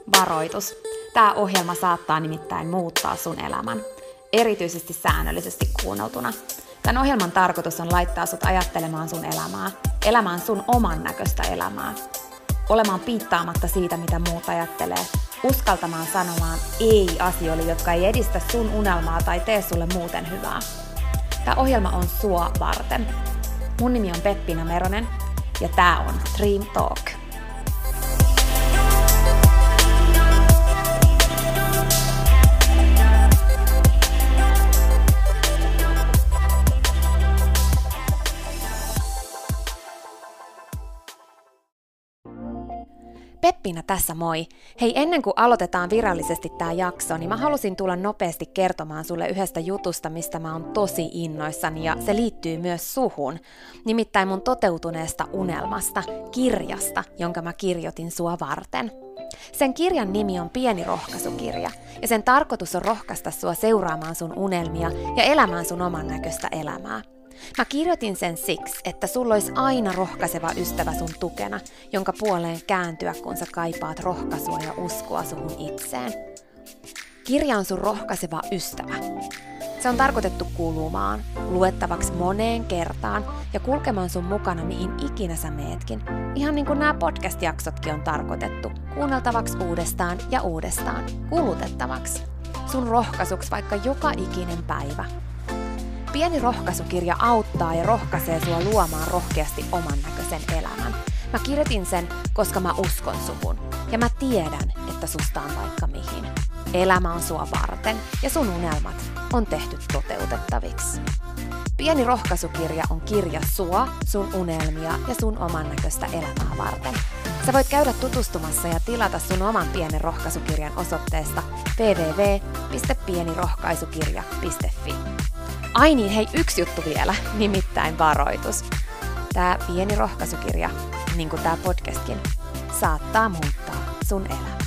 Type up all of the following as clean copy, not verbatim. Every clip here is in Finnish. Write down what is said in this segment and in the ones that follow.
Varoitus. Tämä ohjelma saattaa nimittäin muuttaa sun elämän, erityisesti säännöllisesti kuunneltuna. Tämän ohjelman tarkoitus on laittaa sut ajattelemaan sun elämää, elämään sun oman näköistä elämää, olemaan piittaamatta siitä, mitä muut ajattelee, uskaltamaan sanomaan ei asioille, jotka ei edistä sun unelmaa tai tee sulle muuten hyvää. Tämä ohjelma on sua varten. Mun nimi on Peppina Meronen ja tää on Dream Talk. Peppina tässä moi! Hei, ennen kuin aloitetaan virallisesti tää jakso, niin mä halusin tulla nopeasti kertomaan sulle yhdestä jutusta, mistä mä oon tosi innoissani ja se liittyy myös suhun. Nimittäin mun toteutuneesta unelmasta, kirjasta, jonka mä kirjoitin sua varten. Sen kirjan nimi on Pieni rohkaisukirja ja sen tarkoitus on rohkaista sua seuraamaan sun unelmia ja elämään sun oman näköistä elämää. Mä kirjoitin sen siksi, että sulla olisi aina rohkaiseva ystävä sun tukena, jonka puoleen kääntyä, kun sä kaipaat rohkaisua ja uskoa suhun itseen. Kirja on sun rohkaiseva ystävä. Se on tarkoitettu kulumaan, luettavaksi moneen kertaan ja kulkemaan sun mukana mihin ikinä sä meetkin. Ihan niin kuin nämä podcast-jaksotkin on tarkoitettu, kuunneltavaksi uudestaan ja uudestaan, kulutettavaksi. Sun rohkaisuksi vaikka joka ikinen päivä. Pieni rohkaisukirja auttaa ja rohkaisee sua luomaan rohkeasti oman näköisen elämän. Mä kirjoitin sen, koska mä uskon suhun. Ja mä tiedän, että susta on vaikka mihin. Elämä on sua varten ja sun unelmat on tehty toteutettaviksi. Pieni rohkaisukirja on kirja sua, sun unelmia ja sun oman näköistä elämää varten. Sä voit käydä tutustumassa ja tilata sun oman pienen rohkaisukirjan osoitteesta www.pienirohkaisukirja.fi. Ai niin, hei, yksi juttu vielä, nimittäin varoitus. Tää pieni rohkaisukirja, niin kuin tää podcastkin, saattaa muuttaa sun elämän.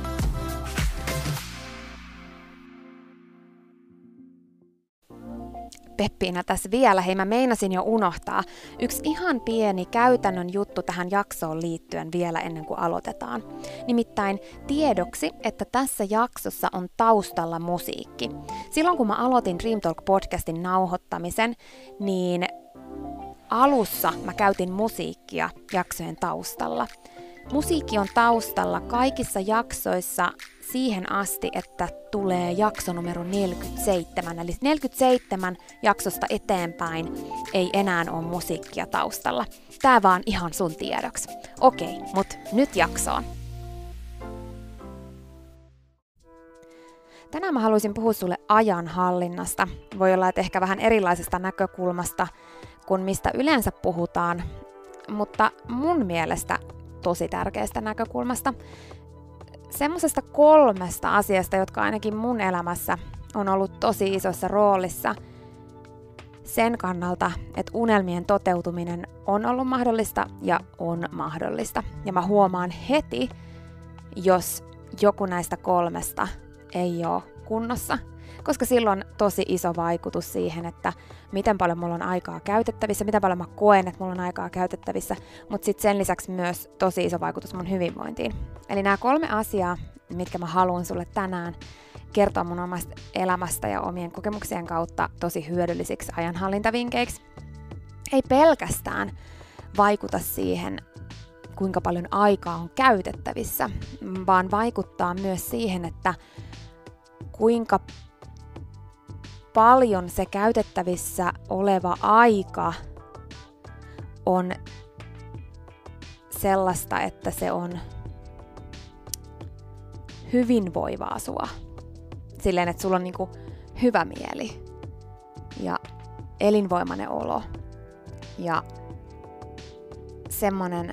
Peppiina tässä vielä, hei mä meinasin jo unohtaa. Yksi ihan pieni käytännön juttu tähän jaksoon liittyen vielä ennen kuin aloitetaan. Nimittäin tiedoksi, että tässä jaksossa on taustalla musiikki. Silloin kun mä aloitin Dream Talk podcastin nauhoittamisen, niin alussa mä käytin musiikkia jaksojen taustalla. Musiikki on taustalla kaikissa jaksoissa siihen asti, että tulee jakso numero 47. Eli 47 jaksosta eteenpäin ei enää ole musiikkia taustalla. Tää vaan ihan sun tiedoksi. Okei, mut nyt jaksoon. Tänään mä haluaisin puhua sulle ajanhallinnasta. Voi olla, että ehkä vähän erilaisesta näkökulmasta kuin mistä yleensä puhutaan, mutta mun mielestä tosi tärkeästä näkökulmasta. Semmoisesta 3 asiasta, jotka ainakin mun elämässä on ollut tosi isossa roolissa sen kannalta, että unelmien toteutuminen on ollut mahdollista ja on mahdollista. Ja mä huomaan heti, jos joku näistä 3 ei ole kunnossa, koska silloin on tosi iso vaikutus siihen, että miten paljon mulla on aikaa käytettävissä, miten paljon mä koen, että mulla on aikaa käytettävissä, mutta sitten sen lisäksi myös tosi iso vaikutus mun hyvinvointiin. Eli nämä 3 asiaa, mitkä mä haluan sulle tänään kertoa mun omasta elämästä ja omien kokemuksien kautta tosi hyödyllisiksi ajanhallintavinkeiksi, ei pelkästään vaikuta siihen, kuinka paljon aikaa on käytettävissä, vaan vaikuttaa myös siihen, että kuinka paljon se käytettävissä oleva aika on sellaista, että se on hyvinvoivaa sua. Silleen, että sulla on niinku hyvä mieli ja elinvoimainen olo ja semmonen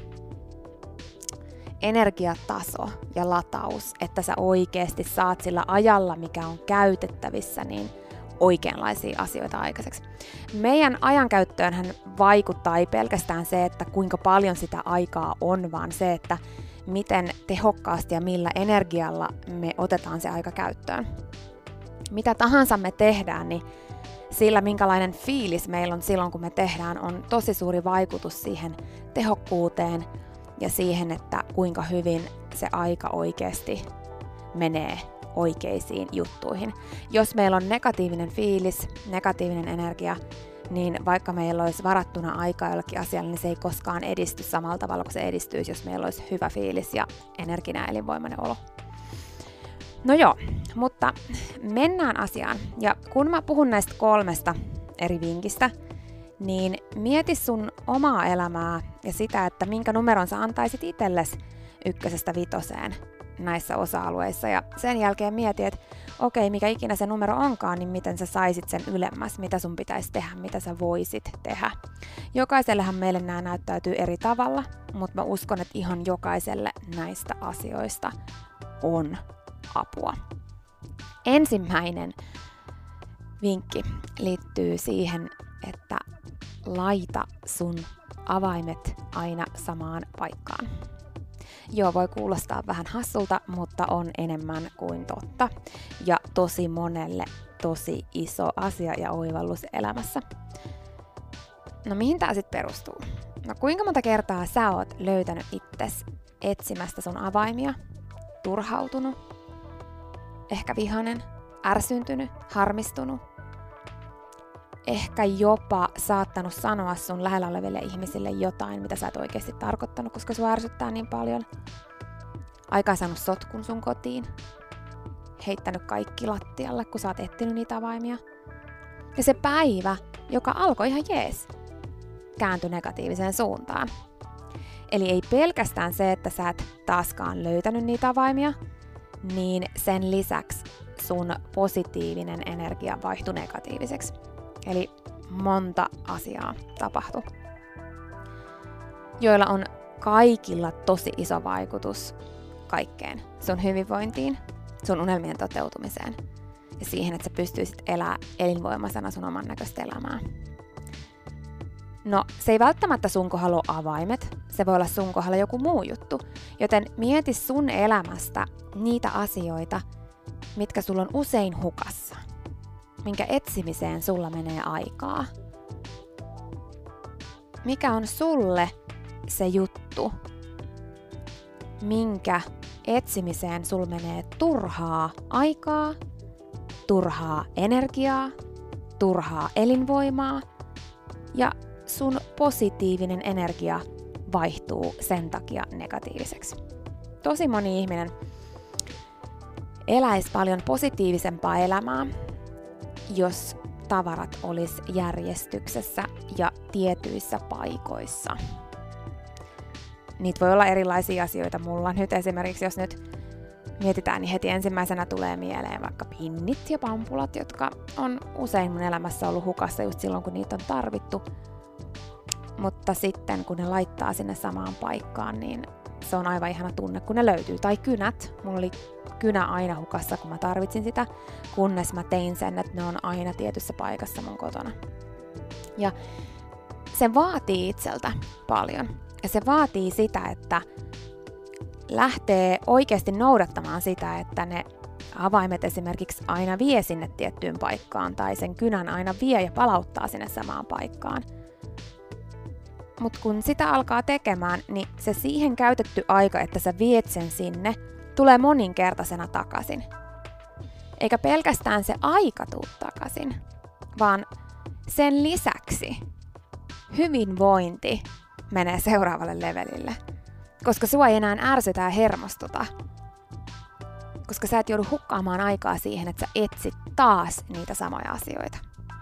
energiataso ja lataus, että sä oikeasti saat sillä ajalla, mikä on käytettävissä, niin oikeanlaisia asioita aikaiseksi. Meidän ajankäyttöönhän vaikuttaa ei pelkästään se, että kuinka paljon sitä aikaa on, vaan se, että miten tehokkaasti ja millä energialla me otetaan se aika käyttöön. Mitä tahansa me tehdään, niin sillä minkälainen fiilis meillä on silloin, kun me tehdään, on tosi suuri vaikutus siihen tehokkuuteen ja siihen, että kuinka hyvin se aika oikeasti menee oikeisiin juttuihin. Jos meillä on negatiivinen fiilis, negatiivinen energia, niin vaikka meillä olisi varattuna aikaa jollekin asialle, niin se ei koskaan edisty samalla tavalla kuin se edistyisi, jos meillä olisi hyvä fiilis ja energinen ja elinvoimainen olo. No joo, mutta mennään asiaan. Ja kun mä puhun näistä 3 eri vinkistä, niin mieti sun omaa elämää ja sitä, että minkä numeron sä antaisit itsellesi 1–5 näissä osa-alueissa. Ja sen jälkeen mieti, että okei, mikä ikinä se numero onkaan, niin miten sä saisit sen ylemmäs, mitä sun pitäisi tehdä, mitä sä voisit tehdä. Jokaisellehan meille nämä näyttäytyy eri tavalla, mutta mä uskon, että ihan jokaiselle näistä asioista on apua. Ensimmäinen vinkki liittyy siihen, että laita sun avaimet aina samaan paikkaan. Joo, voi kuulostaa vähän hassulta, mutta on enemmän kuin totta. Ja tosi monelle tosi iso asia ja oivallus elämässä. No mihin tää sitten perustuu? No kuinka monta kertaa sä oot löytänyt itses etsimästä sun avaimia, turhautunut, ehkä vihanen, ärsyntynyt, harmistunut, ehkä jopa saattanut sanoa sun lähellä oleville ihmisille jotain, mitä sä et oikeasti tarkoittanut, koska sua ärsyttää niin paljon. Aikaansaanut sotkun sun kotiin, heittänyt kaikki lattialle, kun sä oot etsinyt niitä avaimia. Ja se päivä, joka alkoi ihan jees, kääntyi negatiiviseen suuntaan. Eli ei pelkästään se, että sä et taaskaan löytänyt niitä avaimia, niin sen lisäksi sun positiivinen energia vaihtui negatiiviseksi. Eli monta asiaa tapahtui, joilla on kaikilla tosi iso vaikutus kaikkeen. Sun hyvinvointiin, sun unelmien toteutumiseen ja siihen, että sä pystyisit elämään elinvoimaisena sun oman näköistä elämää. No, se ei välttämättä sun kohdalla ole avaimet, se voi olla sun kohdalla joku muu juttu, joten mieti sun elämästä niitä asioita, mitkä sulla on usein hukassa, minkä etsimiseen sulla menee aikaa. Mikä on sulle se juttu, minkä etsimiseen sulla menee turhaa aikaa, turhaa energiaa, turhaa elinvoimaa ja sun positiivinen energia vaihtuu sen takia negatiiviseksi. Tosi moni ihminen eläisi paljon positiivisempaa elämää, jos tavarat olisi järjestyksessä ja tietyissä paikoissa. Niitä voi olla erilaisia asioita. Mulla nyt esimerkiksi, jos nyt mietitään, niin heti ensimmäisenä tulee mieleen vaikka pinnit ja pampulat, jotka on usein mun elämässä ollut hukassa just silloin, kun niitä on tarvittu. Mutta sitten, kun ne laittaa sinne samaan paikkaan, niin se on aivan ihana tunne, kun ne löytyy. Tai kynät. Mulla oli kynä aina hukassa, kun mä tarvitsin sitä, kunnes mä tein sen, että ne on aina tietyssä paikassa mun kotona. Ja se vaatii itseltä paljon. Ja se vaatii sitä, että lähtee oikeasti noudattamaan sitä, että ne avaimet esimerkiksi aina vie sinne tiettyyn paikkaan, tai sen kynän aina vie ja palauttaa sinne samaan paikkaan. Mutta kun sitä alkaa tekemään, niin se siihen käytetty aika, että sä viet sen sinne, tulee moninkertaisena takaisin. Eikä pelkästään se aika tuu takaisin, vaan sen lisäksi hyvinvointi menee seuraavalle levelille. Koska sua ei enää ärsytä ja hermostuta. Koska sä et joudu hukkaamaan aikaa siihen, että sä etsit taas niitä samoja asioita.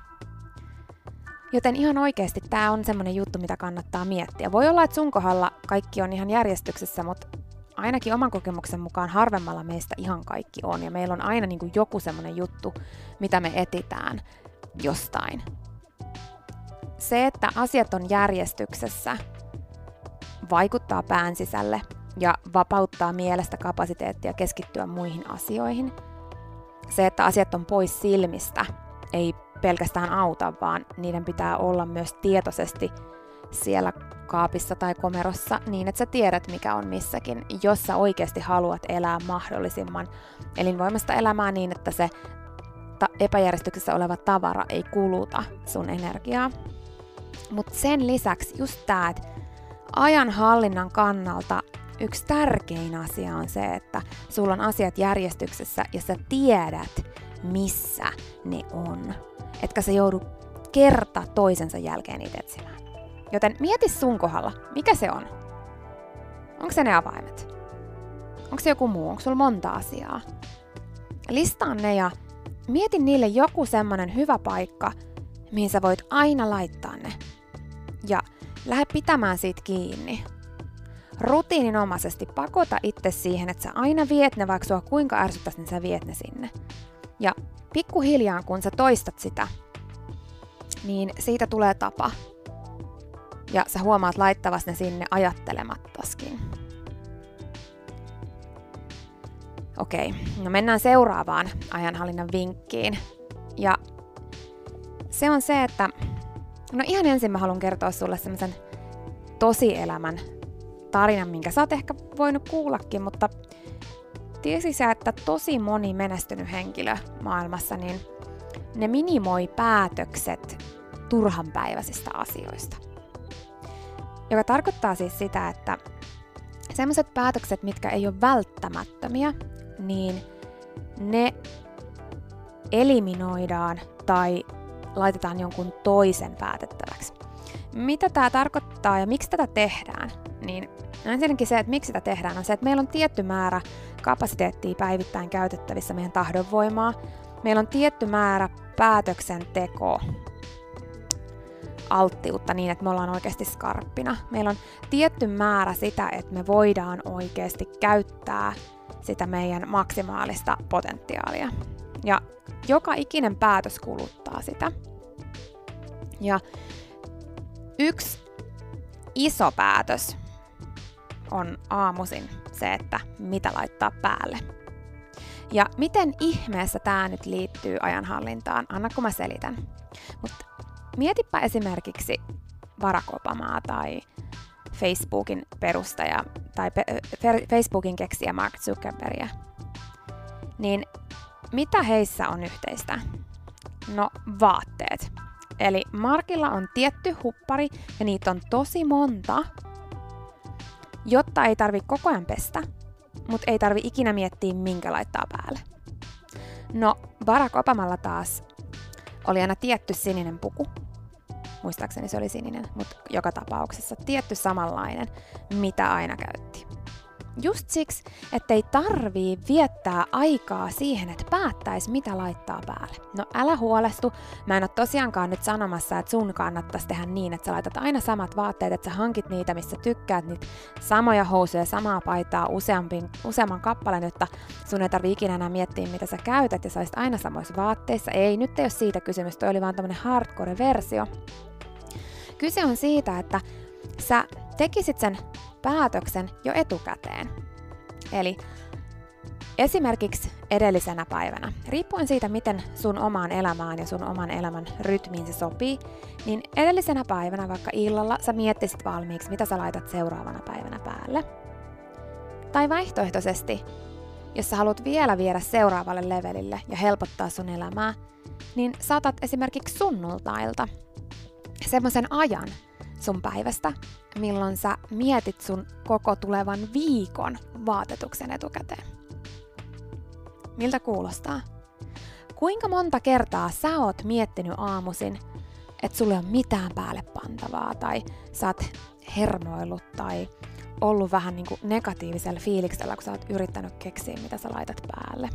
Joten ihan oikeasti tää on semmonen juttu, mitä kannattaa miettiä. Voi olla, että sun kohdalla kaikki on ihan järjestyksessä, mutta ainakin oman kokemuksen mukaan harvemmalla meistä ihan kaikki on. Ja meillä on aina niin kuin joku semmonen juttu, mitä me etitään jostain. Se, että asiat on järjestyksessä, vaikuttaa pään sisälle ja vapauttaa mielestä kapasiteettia keskittyä muihin asioihin. Se, että asiat on pois silmistä, ei pelkästään auta, vaan niiden pitää olla myös tietoisesti siellä kaapissa tai komerossa niin, että sä tiedät, mikä on missäkin, jos sä oikeasti haluat elää mahdollisimman elinvoimasta elämää niin, että se epäjärjestyksessä oleva tavara ei kuluta sun energiaa. Mutta sen lisäksi just tää, että ajanhallinnan kannalta yksi tärkein asia on se, että sulla on asiat järjestyksessä ja sä tiedät, missä ne on. Etkä sä joudu kerta toisensa jälkeen niitä etsimään. Joten mieti sun kohdalla, mikä se on? Onko se ne avaimet? Onko se joku muu? Onko sulla monta asiaa? Listaa ne ja mieti niille joku semmonen hyvä paikka, mihin sä voit aina laittaa ne. Ja lähde pitämään siitä kiinni. Rutiininomaisesti pakota itse siihen, että sä aina viet ne, vaikka sua kuinka ärsyttäisi, niin sä viet ne sinne. Ja pikkuhiljaa, kun sä toistat sitä, niin siitä tulee tapa. Ja sä huomaat laittavasi ne sinne ajattelemattaskin. Okei, no mennään seuraavaan ajanhallinnan vinkkiin. Ja se on se, että no ihan ensin mä haluan kertoa sulle semmoisen tosielämän tarinan, minkä sä oot ehkä voinut kuullakin, mutta tiesi sä, että tosi moni menestynyt henkilö maailmassa, niin ne minimoi päätökset turhanpäiväisistä asioista. Joka tarkoittaa siis sitä, että sellaiset päätökset, mitkä ei ole välttämättömiä, niin ne eliminoidaan tai laitetaan jonkun toisen päätettäväksi. Mitä tämä tarkoittaa ja miksi tätä tehdään? Niin ensinnäkin se, että miksi sitä tehdään, on se, että meillä on tietty määrä kapasiteettia päivittäin käytettävissä meidän tahdonvoimaa. Meillä on tietty määrä päätöksenteko alttiutta niin, että me ollaan oikeasti skarppina. Meillä on tietty määrä sitä, että me voidaan oikeasti käyttää sitä meidän maksimaalista potentiaalia. Ja joka ikinen päätös kuluttaa sitä. Ja yksi iso päätös on aamuisin se, että mitä laittaa päälle. Ja miten ihmeessä tämä nyt liittyy ajanhallintaan? Anna kun mä selitän. Mutta mietipä esimerkiksi Barack Obamaa tai Facebookin perustaja tai Facebookin keksijä Mark Zuckerbergia. Niin mitä heissä on yhteistä? No vaatteet. Eli Markilla on tietty huppari ja niitä on tosi monta, jotta ei tarvi koko ajan pestä, mutta ei tarvi ikinä miettiä minkä laittaa päälle. No Barack Obamalla taas oli aina tietty sininen puku. Muistaakseni se oli sininen, mutta joka tapauksessa tietty samanlainen, mitä aina käytti. Just siksi, ettei tarvii viettää aikaa siihen, että päättäisi mitä laittaa päälle. No älä huolestu, mä en ole tosiaankaan nyt sanomassa, että sun kannattaisi tehdä niin, että sä laitat aina samat vaatteet, että sä hankit niitä, missä tykkäät, niitä samoja housuja, samaa paitaa useamman kappaleen, jotta sun ei tarvii ikinä enää miettiä, mitä sä käytät ja sä olisit aina samoissa vaatteissa. Ei, nyt ei ole siitä kysymys, toi oli vaan tämmönen hardcore-versio. Kyse on siitä, että sä tekisit sen päätöksen jo etukäteen. Eli esimerkiksi edellisenä päivänä, riippuen siitä, miten sun omaan elämään ja sun oman elämän rytmiin se sopii, niin edellisenä päivänä, vaikka illalla, sä miettisit valmiiksi, mitä sä laitat seuraavana päivänä päälle. Tai vaihtoehtoisesti, jos sä haluat vielä viedä seuraavalle levelille ja helpottaa sun elämää, niin saatat esimerkiksi sunnuntailta semmoisen ajan sun päivästä, milloin sä mietit sun koko tulevan viikon vaatetuksen etukäteen. Miltä kuulostaa? Kuinka monta kertaa sä oot miettinyt aamuisin, että sulle on mitään päälle pantavaa, tai sä oot hermoillut, tai ollut vähän niin kuin negatiivisella fiiliksellä, kun sä oot yrittänyt keksiä, mitä sä laitat päälle.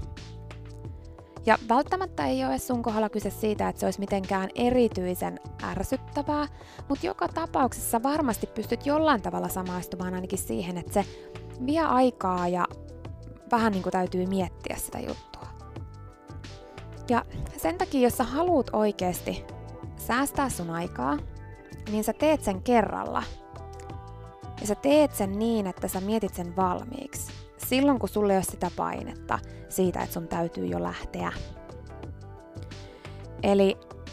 Ja välttämättä ei ole sun kohdalla kyse siitä, että se olisi mitenkään erityisen ärsyttävää, mutta joka tapauksessa varmasti pystyt jollain tavalla samaistumaan ainakin siihen, että se vie aikaa ja vähän niin kuin täytyy miettiä sitä juttua. Ja sen takia, jos sä haluut oikeasti säästää sun aikaa, niin sä teet sen kerralla. Ja sä teet sen niin, että sä mietit sen valmiiksi. Silloin, kun sulla ei ole sitä painetta siitä, että sun täytyy jo lähteä. Eli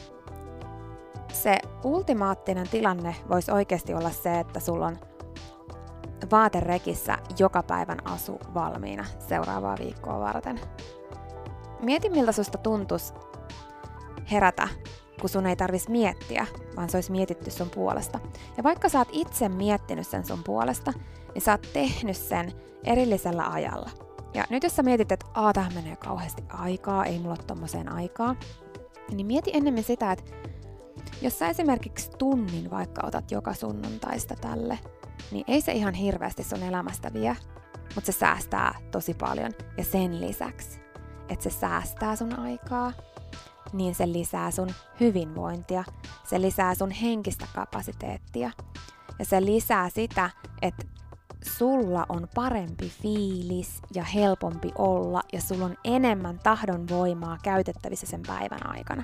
se ultimaattinen tilanne voisi oikeasti olla se, että sulla on vaaterekissä joka päivän asu valmiina seuraavaa viikkoa varten. Mieti, miltä susta tuntuisi herätä kun sun ei tarvitsisi miettiä, vaan se olisi mietitty sun puolesta. Ja vaikka sä oot itse miettinyt sen sun puolesta, niin sä oot tehnyt sen erillisellä ajalla. Ja nyt jos sä mietit, että tähän menee kauheasti aikaa, ei mulla ole tommoseen aikaa, niin mieti ennemmin sitä, että jos sä esimerkiksi tunnin vaikka otat joka sunnuntaista tälle, niin ei se ihan hirveästi sun elämästä vie, mutta se säästää tosi paljon. Ja sen lisäksi, että se säästää sun aikaa, niin se lisää sun hyvinvointia, se lisää sun henkistä kapasiteettia ja se lisää sitä, että sulla on parempi fiilis ja helpompi olla ja sulla on enemmän tahdon voimaa käytettävissä sen päivän aikana.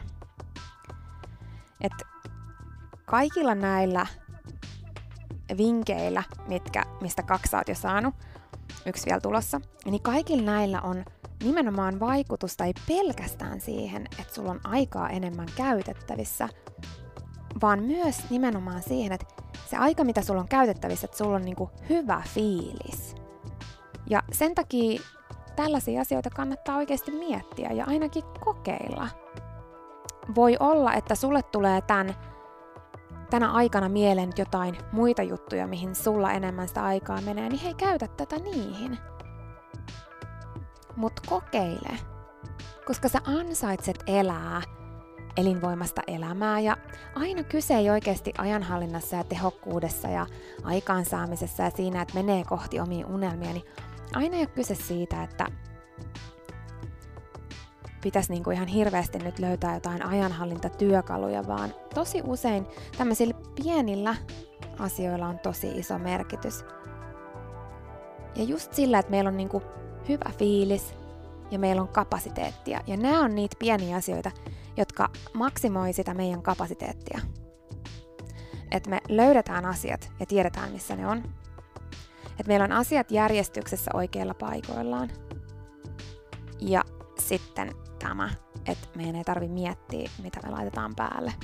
Et kaikilla näillä vinkkeillä, mistä 2 sä oot jo saanut, 1 vielä tulossa, niin kaikilla näillä on nimenomaan vaikutusta ei pelkästään siihen, että sulla on aikaa enemmän käytettävissä, vaan myös nimenomaan siihen, että se aika, mitä sulla on käytettävissä, että sulla on niinku hyvä fiilis. Ja sen takia tällaisia asioita kannattaa oikeasti miettiä ja ainakin kokeilla. Voi olla, että sulle tulee tänä aikana mieleen jotain muita juttuja, mihin sulla enemmän sitä aikaa menee, niin hei, käytä tätä niihin. Mut kokeile, koska sä ansaitset elää elinvoimasta elämää ja aina kyse ei oikeasti ajanhallinnassa ja tehokkuudessa ja aikaansaamisessa ja siinä, että menee kohti omia unelmia, niin aina ei ole kyse siitä, että pitäisi niinku ihan hirveästi nyt löytää jotain ajanhallintatyökaluja, vaan tosi usein tämmöisillä pienillä asioilla on tosi iso merkitys. Ja just sillä, että meillä on niinku hyvä fiilis ja meillä on kapasiteettia. Ja nämä on niitä pieniä asioita, jotka maksimoi sitä meidän kapasiteettia. Että me löydetään asiat ja tiedetään, missä ne on. Että meillä on asiat järjestyksessä oikeilla paikoillaan. Ja sitten tämä, että meidän ei tarvitse miettiä, mitä me laitetaan päälle.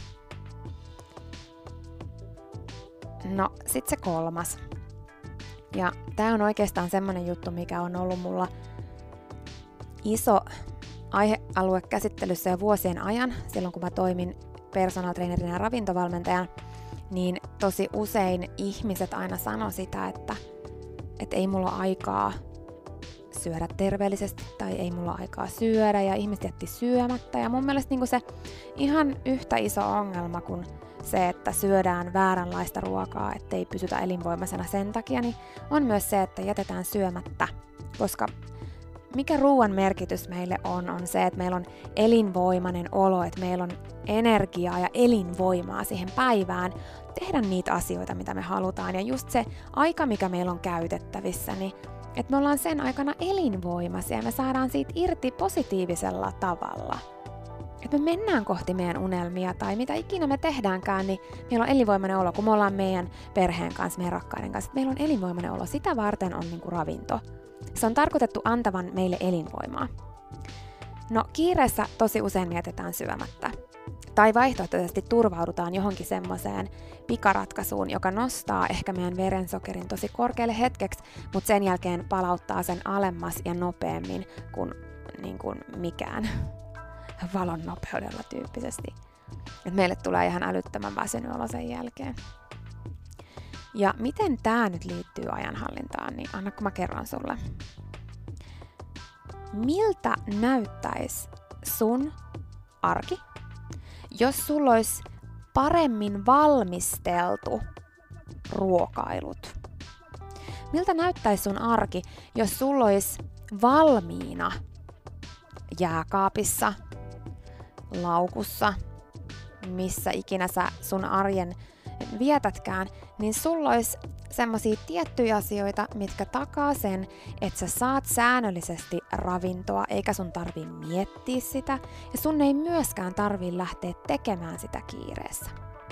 No, sitten se 3. Ja tää on oikeastaan semmonen juttu, mikä on ollut mulla iso aihealue käsittelyssä jo vuosien ajan, silloin kun mä toimin personal trainerina ja ravintovalmentajana, niin tosi usein ihmiset aina sanoo sitä, että ei mulla ole aikaa syödä terveellisesti tai ei mulla ole aikaa syödä ja ihmiset jätti syömättä. Ja mun mielestä niin se ihan yhtä iso ongelma kuin se, että syödään vääränlaista ruokaa, ettei pysytä elinvoimaisena sen takia, niin on myös se, että jätetään syömättä. Koska mikä ruoan merkitys meille on se, että meillä on elinvoimainen olo, että meillä on energiaa ja elinvoimaa siihen päivään tehdä niitä asioita, mitä me halutaan. Ja just se aika, mikä meillä on käytettävissä, niin että me ollaan sen aikana elinvoimaisia ja me saadaan siitä irti positiivisella tavalla. Että me mennään kohti meidän unelmia tai mitä ikinä me tehdäänkään, niin meillä on elinvoimainen olo, kun me ollaan meidän perheen kanssa, meidän rakkaiden kanssa. Meillä on elinvoimainen olo, sitä varten on niinku ravinto. Se on tarkoitettu antavan meille elinvoimaa. No kiireessä tosi usein mietitään syömättä. Tai vaihtoehtoisesti turvaudutaan johonkin semmoiseen pikaratkaisuun, joka nostaa ehkä meidän verensokerin tosi korkealle hetkeksi, mutta sen jälkeen palauttaa sen alemmas ja nopeammin kuin, mikään valon nopeudella tyyppisesti. Et meille tulee ihan älyttömän väsynyt olo sen jälkeen. Ja miten tää nyt liittyy ajanhallintaan, niin anna kun mä kerron sulle. Miltä näyttäisi sun arki, jos sulla olisi paremmin valmisteltu ruokailut? Miltä näyttäisi sun arki, jos sulla olisi valmiina jääkaapissa, laukussa, missä ikinä sä sun arjen vietätkään, niin sulla olisi semmosia tiettyjä asioita, mitkä takaa sen, että sä saat säännöllisesti ravintoa, eikä sun tarvii miettiä sitä, ja sun ei myöskään tarvii lähteä tekemään sitä kiireessä.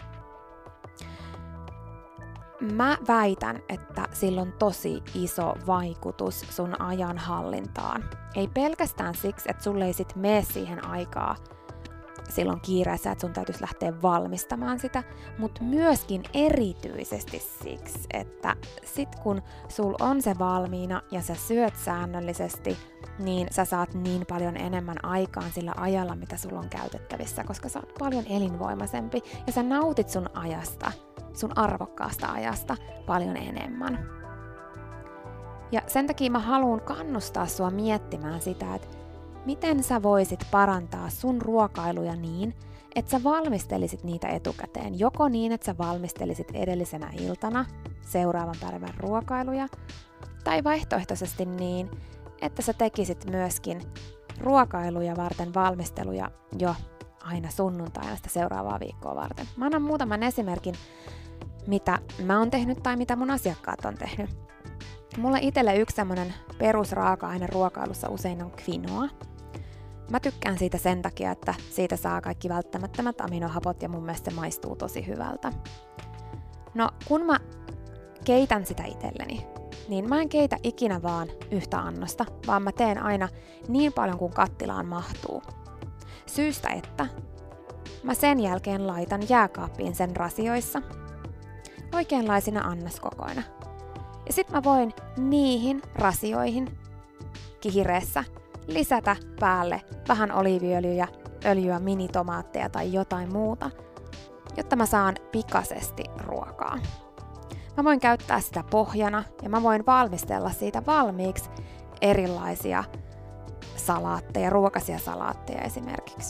Mä väitän, että sillä on tosi iso vaikutus sun ajan hallintaan. Ei pelkästään siksi, että sulle ei sit mene siihen aikaa silloin kiireessä, että sun täytyisi lähteä valmistamaan sitä, mutta myöskin erityisesti siksi, että sit kun sul on se valmiina ja sä syöt säännöllisesti, niin sä saat niin paljon enemmän aikaan sillä ajalla, mitä sulla on käytettävissä, koska sä oot paljon elinvoimaisempi ja sä nautit sun ajasta, sun arvokkaasta ajasta paljon enemmän. Ja sen takia mä haluan kannustaa sua miettimään sitä, että miten sä voisit parantaa sun ruokailuja niin, että sä valmistelisit niitä etukäteen. Joko niin, että sä valmistelisit edellisenä iltana seuraavan päivän ruokailuja, tai vaihtoehtoisesti niin, että sä tekisit myöskin ruokailuja varten valmisteluja jo aina sunnuntaina sitä seuraavaa viikkoa varten. Mä annan muutaman esimerkin, mitä mä oon tehnyt tai mitä mun asiakkaat on tehnyt. Mulle itselle yksi semmonen perusraaka-aine ruokailussa usein on quinoa. Mä tykkään siitä sen takia, että siitä saa kaikki välttämättömät aminohapot ja mun mielestä se maistuu tosi hyvältä. No, kun mä keitän sitä itselleni, niin mä en keitä ikinä vaan yhtä annosta, vaan mä teen aina niin paljon kuin kattilaan mahtuu. Syystä, että mä sen jälkeen laitan jääkaappiin sen rasioissa, oikeanlaisina annoskokoina. Ja sit mä voin niihin rasioihin kihireessä lisätä päälle vähän oliiviöljyä, öljyä, minitomaatteja tai jotain muuta, jotta mä saan pikaisesti ruokaa. Mä voin käyttää sitä pohjana ja mä voin valmistella siitä valmiiksi erilaisia salaatteja, ruokaisia salaatteja esimerkiksi.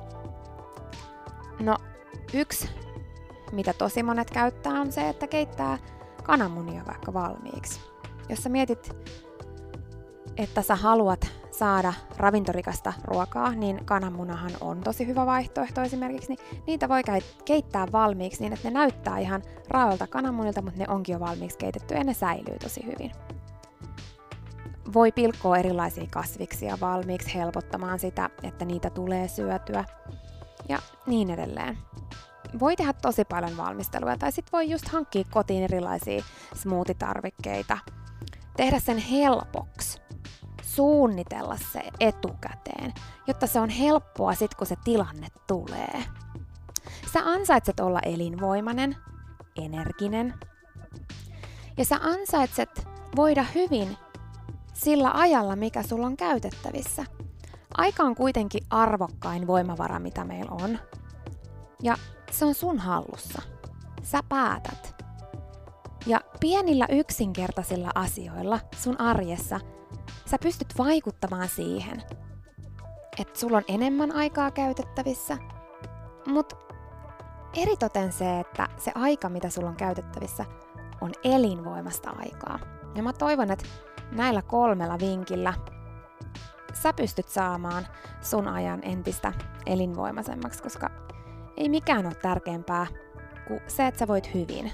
No, yksi, mitä tosi monet käyttää, on se, että keittää kananmunia vaikka valmiiksi. Jos sä mietit, että sä haluat saada ravintorikasta ruokaa, niin kananmunahan on tosi hyvä vaihtoehto esimerkiksi, niin niitä voi keittää valmiiksi niin, että ne näyttää ihan raoilta kananmunilta, mutta ne onkin jo valmiiksi keitetty ja ne säilyy tosi hyvin. Voi pilkkoa erilaisia kasviksia valmiiksi helpottamaan sitä, että niitä tulee syötyä ja niin edelleen. Voi tehdä tosi paljon valmistelua tai sit voi just hankkia kotiin erilaisia smoothie-tarvikkeita, tehdä sen helpoksi, suunnitella se etukäteen, jotta se on helppoa sit kun se tilanne tulee. Sä ansaitset olla elinvoimainen, energinen ja sä ansaitset voida hyvin sillä ajalla, mikä sulla on käytettävissä. Aika on kuitenkin arvokkain voimavara, mitä meillä on. Ja se on sun hallussa. Sä päätät. Ja pienillä yksinkertaisilla asioilla sun arjessa sä pystyt vaikuttamaan siihen, että sulla on enemmän aikaa käytettävissä, mutta eritoten se, että se aika, mitä sulla on käytettävissä, on elinvoimasta aikaa. Ja mä toivon, että näillä 3 vinkillä sä pystyt saamaan sun ajan entistä elinvoimaisemmaksi, koska ei mikään ole tärkeämpää kuin se, että sä voit hyvin.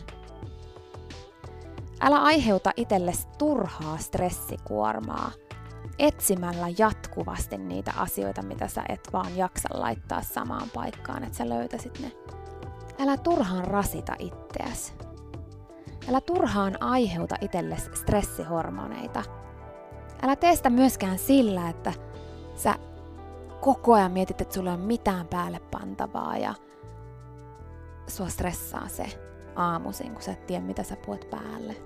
Älä aiheuta itsellesi turhaa stressikuormaa etsimällä jatkuvasti niitä asioita, mitä sä et vaan jaksa laittaa samaan paikkaan, että sä löytäisit ne. Älä turhaan rasita itseäsi. Älä turhaan aiheuta itsellesi stressihormoneita. Älä tee sitä myöskään sillä, että sä koko ajan mietit, että sulla ei ole mitään päälle pantavaa ja sua stressaa se aamuisin, kun sä et tiedä, mitä sä puot päälle.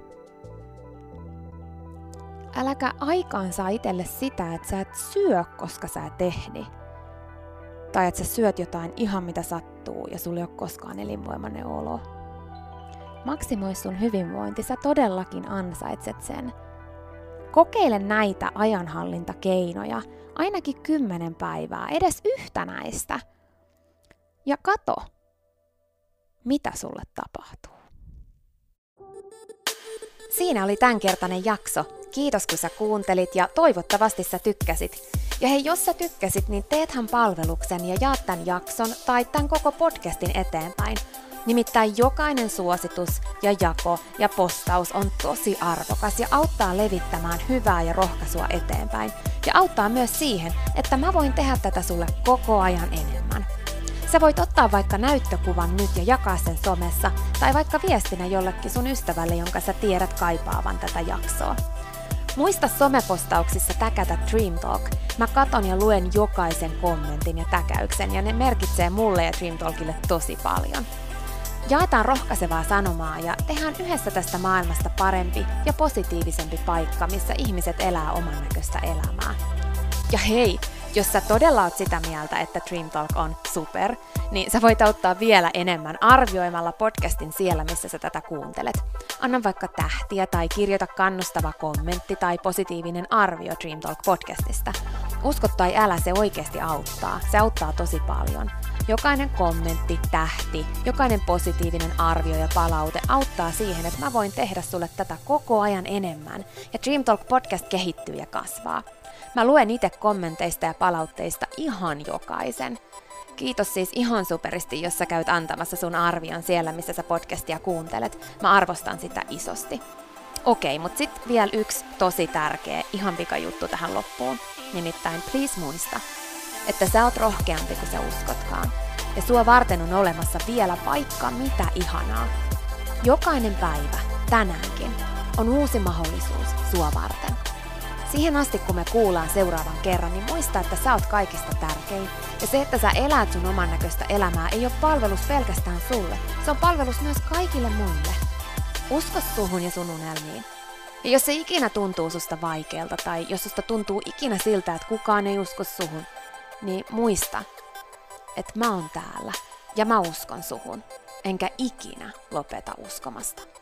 Äläkä aikaan saa itselle sitä, että sä et syö, koska sä et ehdi. Tai että sä syöt jotain ihan mitä sattuu ja sulla ei ole koskaan elinvoimainen olo. Maksimoi sun hyvinvointi, sä todellakin ansaitset sen. Kokeile näitä ajanhallintakeinoja ainakin 10 päivää, edes yhtä näistä. Ja kato, mitä sulle tapahtuu. Siinä oli tämänkertainen jakso. Kiitos kun sä kuuntelit ja toivottavasti sä tykkäsit. Ja hei, jos sä tykkäsit, niin teethän palveluksen ja jaat tämän jakson tai tämän koko podcastin eteenpäin. Nimittäin jokainen suositus ja jako ja postaus on tosi arvokas ja auttaa levittämään hyvää ja rohkaisua eteenpäin. Ja auttaa myös siihen, että mä voin tehdä tätä sulle koko ajan enemmän. Sä voit ottaa vaikka näyttökuvan nyt ja jakaa sen somessa, tai vaikka viestinä jollekin sun ystävälle, jonka sä tiedät kaipaavan tätä jaksoa. Muista somepostauksissa täkätä Dream Talk. Mä katon ja luen jokaisen kommentin ja täkäyksen ja ne merkitsee mulle ja Dream Talkille tosi paljon. Jaetaan rohkaisevaa sanomaa ja tehdään yhdessä tästä maailmasta parempi ja positiivisempi paikka, missä ihmiset elää oman näköistä elämää. Ja hei, jos sä todella oot sitä mieltä, että Dream Talk on super, niin sä voit auttaa vielä enemmän arvioimalla podcastin siellä, missä sä tätä kuuntelet. Anna vaikka tähtiä tai kirjoita kannustava kommentti tai positiivinen arvio Dream Talk podcastista. Usko tai älä, se oikeasti auttaa. Se auttaa tosi paljon. Jokainen kommentti, tähti, jokainen positiivinen arvio ja palaute auttaa siihen, että mä voin tehdä sulle tätä koko ajan enemmän. Ja Dream Talk podcast kehittyy ja kasvaa. Mä luen itse kommenteista ja palautteista ihan jokaisen. Kiitos siis ihan superisti, jos sä käyt antamassa sun arvion siellä, missä sä podcastia kuuntelet. Mä arvostan sitä isosti. Okei, mut sit vielä yksi tosi tärkeä, ihan pikajuttu tähän loppuun. Nimittäin please muista, että sä oot rohkeampi kuin sä uskotkaan. Ja sua varten on olemassa vielä vaikka mitä ihanaa. Jokainen päivä, tänäänkin, on uusi mahdollisuus sua varten. Siihen asti, kun me kuullaan seuraavan kerran, niin muista, että sä oot kaikista tärkein. Ja se, että sä elät sun oman näköistä elämää, ei ole palvelus pelkästään sulle. Se on palvelus myös kaikille muille. Usko suhun ja sun unelmiin. Ja jos se ikinä tuntuu susta vaikealta, tai jos susta tuntuu ikinä siltä, että kukaan ei usko suhun, niin muista, että mä oon täällä ja mä uskon suhun, enkä ikinä lopeta uskomasta.